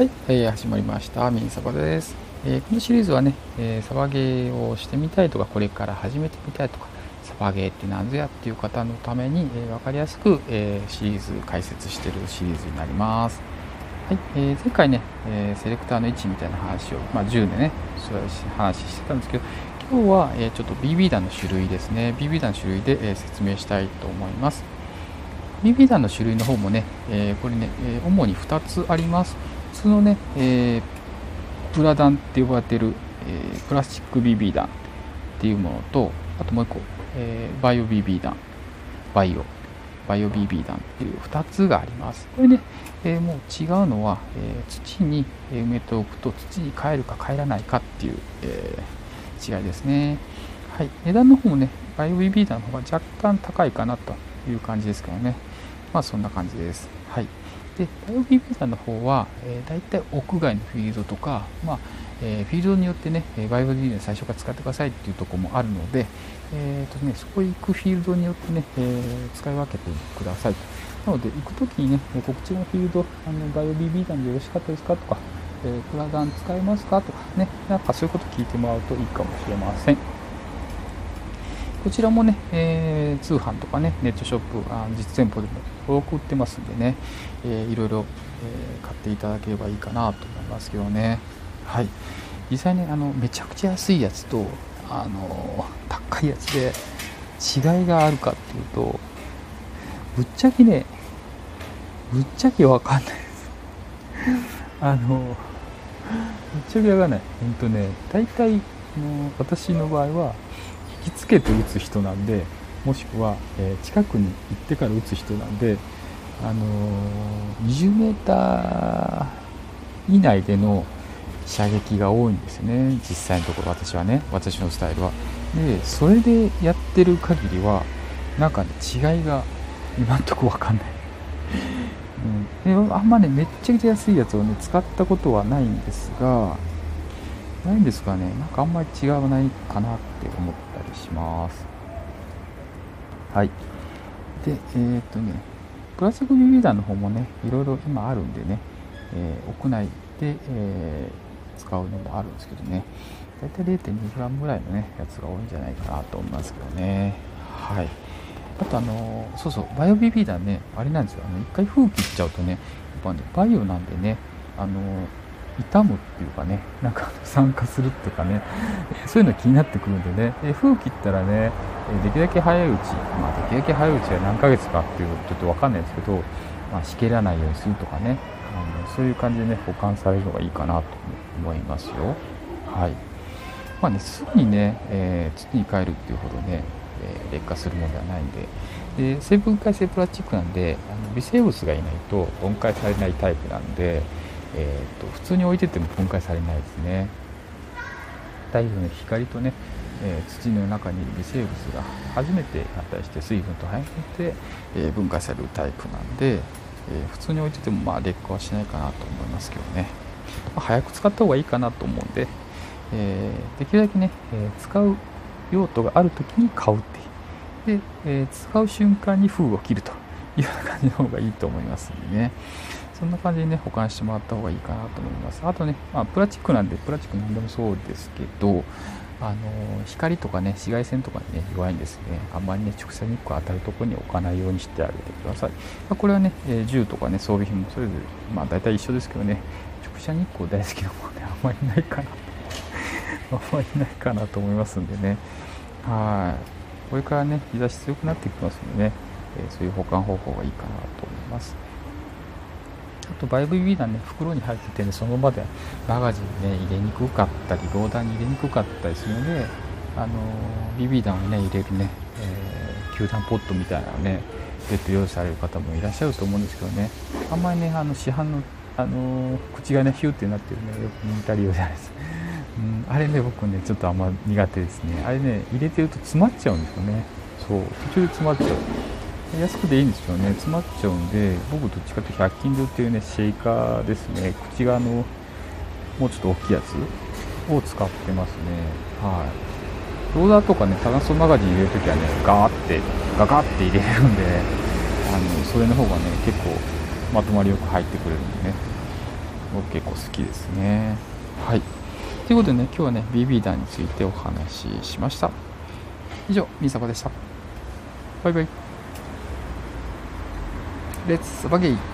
はい、始まりました。ミニサバです。このシリーズはね、サバゲーをしてみたいとか、これから始めてみたいとか、サバゲーって何ぞやっていう方のために、分かりやすく、シリーズ解説しているシリーズになります。はい、前回ね、セレクターの位置みたいな話を、銃でね、そういう話してたんですけど、今日は、ちょっと BB 弾の種類ですね。BB 弾の種類で、説明したいと思います。BB 弾の種類の方もね、これね、主に2つあります。普通のね、プラ弾って呼ばれている、プラスチック BB 弾っていうものと、あともう一個、バイオ BB 弾、バイオ BB 弾っていう2つがあります。これね、もう違うのは、土に埋めておくと土に帰るか帰らないかっていう、違いですね。はい、値段の方もね、バイオ BB 弾の方が若干高いかなという感じですけどね。そんな感じです。はい。で、バイオ BB 弾の方は、だいたい屋外のフィールドとか、フィールドによってね、バイオ BB 弾最初から使ってくださいっていうところもあるので、そこ行くフィールドによってね、使い分けてください。なので、行くときにね、こちらのフィールド、バイオ BB 弾でよろしかったですかとか、プラ弾使えますかとかね、なんかそういうこと聞いてもらうといいかもしれません。こちらもね、通販とかね、ネットショップ、実店舗でも多く売ってますんでね、いろいろ、買っていただければいいかなと思いますけどね。はい。実際ね、めちゃくちゃ安いやつと、高いやつで違いがあるかっていうと、ぶっちゃけわかんないです。ぶっちゃけわかんない。大体、私の場合は、引きつけて打つ人なんで、もしくは、近くに行ってから打つ人なんで、20メーター以内での射撃が多いんですよね、実際のところ。私のスタイルは。でそれでやってる限りはなんかね、違いが今んとこ分かんない、であんまね、めっちゃくちゃ安いやつをね使ったことはないんですが、ないんですかね、なんかあんまり違わないかなって思ったりします。はい。で、プラスチック BB 弾の方もね、いろいろ今あるんでね、屋内で、使うのもあるんですけどね、だいたい 0.2g ぐらいのね、やつが多いんじゃないかなと思いますけどね。はい。あとそう、バイオ BB 弾ね、あれなんですよ、一回封切っちゃうとね、やっぱね、バイオなんでね、傷むっていうかね、なんか酸化するっていうかね、そういうの気になってくるんでね、封切ったらね、できるだけ早いうち、できるだけ早いうちは何ヶ月かっていうちょっと分かんないですけど、しけらないようにするとかね、そういう感じでね、保管されるのがいいかなと思いますよ。はい。すぐにね、土に帰るっていうほどね、劣化するものではないんで、生分解性プラスチックなんで、微生物がいないと分解されないタイプなんで、普通に置いてても分解されないですね。太陽の光とね、土の中にいる微生物が初めて値して水分と入って、分解されるタイプなんで、普通に置いてても劣化はしないかなと思いますけどね。早く使った方がいいかなと思うんで、できるだけね、使う用途がある時に買うっていうで、使う瞬間に封を切るというような感じの方がいいと思いますんでね、そんな感じでね、保管してもらった方がいいかなと思います。あとね、プラスチックなんで、プラスチックなんでもそうですけど、光とかね、紫外線とかにね、弱いんですね。あんまりね、直射日光当たるところに置かないようにしてあげてください。これはね、銃とかね、装備品もそれぞれ、大体一緒ですけどね、直射日光大好きなものね、あんまりないかなあんまりないかなと思いますんでね。はい。これからね、日差し強くなってきますのでね、そういう保管方法がいいかなと思います。あとバイオ BB 弾ね、袋に入っててね、その場でマガジンね、入れにくかったり、ローダーに入れにくかったりするので、BB 弾をね、入れるね、球弾ポットみたいなのね、別途用意される方もいらっしゃると思うんですけどね、あんまりね、市販の、口がね、ヒューってなってるね、よく見たりようじゃないですか。あれね、僕ね、ちょっとあんま苦手ですね。あれね、入れてると詰まっちゃうんですよね。そう、途中で詰まっちゃう。安くていいんですよね。詰まっちゃうんで、僕どっちかというと100均で売ってるね、シェイカーですね。口がもうちょっと大きいやつを使ってますね。はい。ローダーとかね、炭素マガジン入れるときはね、ガガって入れるんで、それの方がね、結構まとまりよく入ってくれるんでね。 僕結構好きですね。はい。ということでね、今日はね、BB 弾についてお話ししました。以上、みさこでした。バイバイ。レッツバゲイ。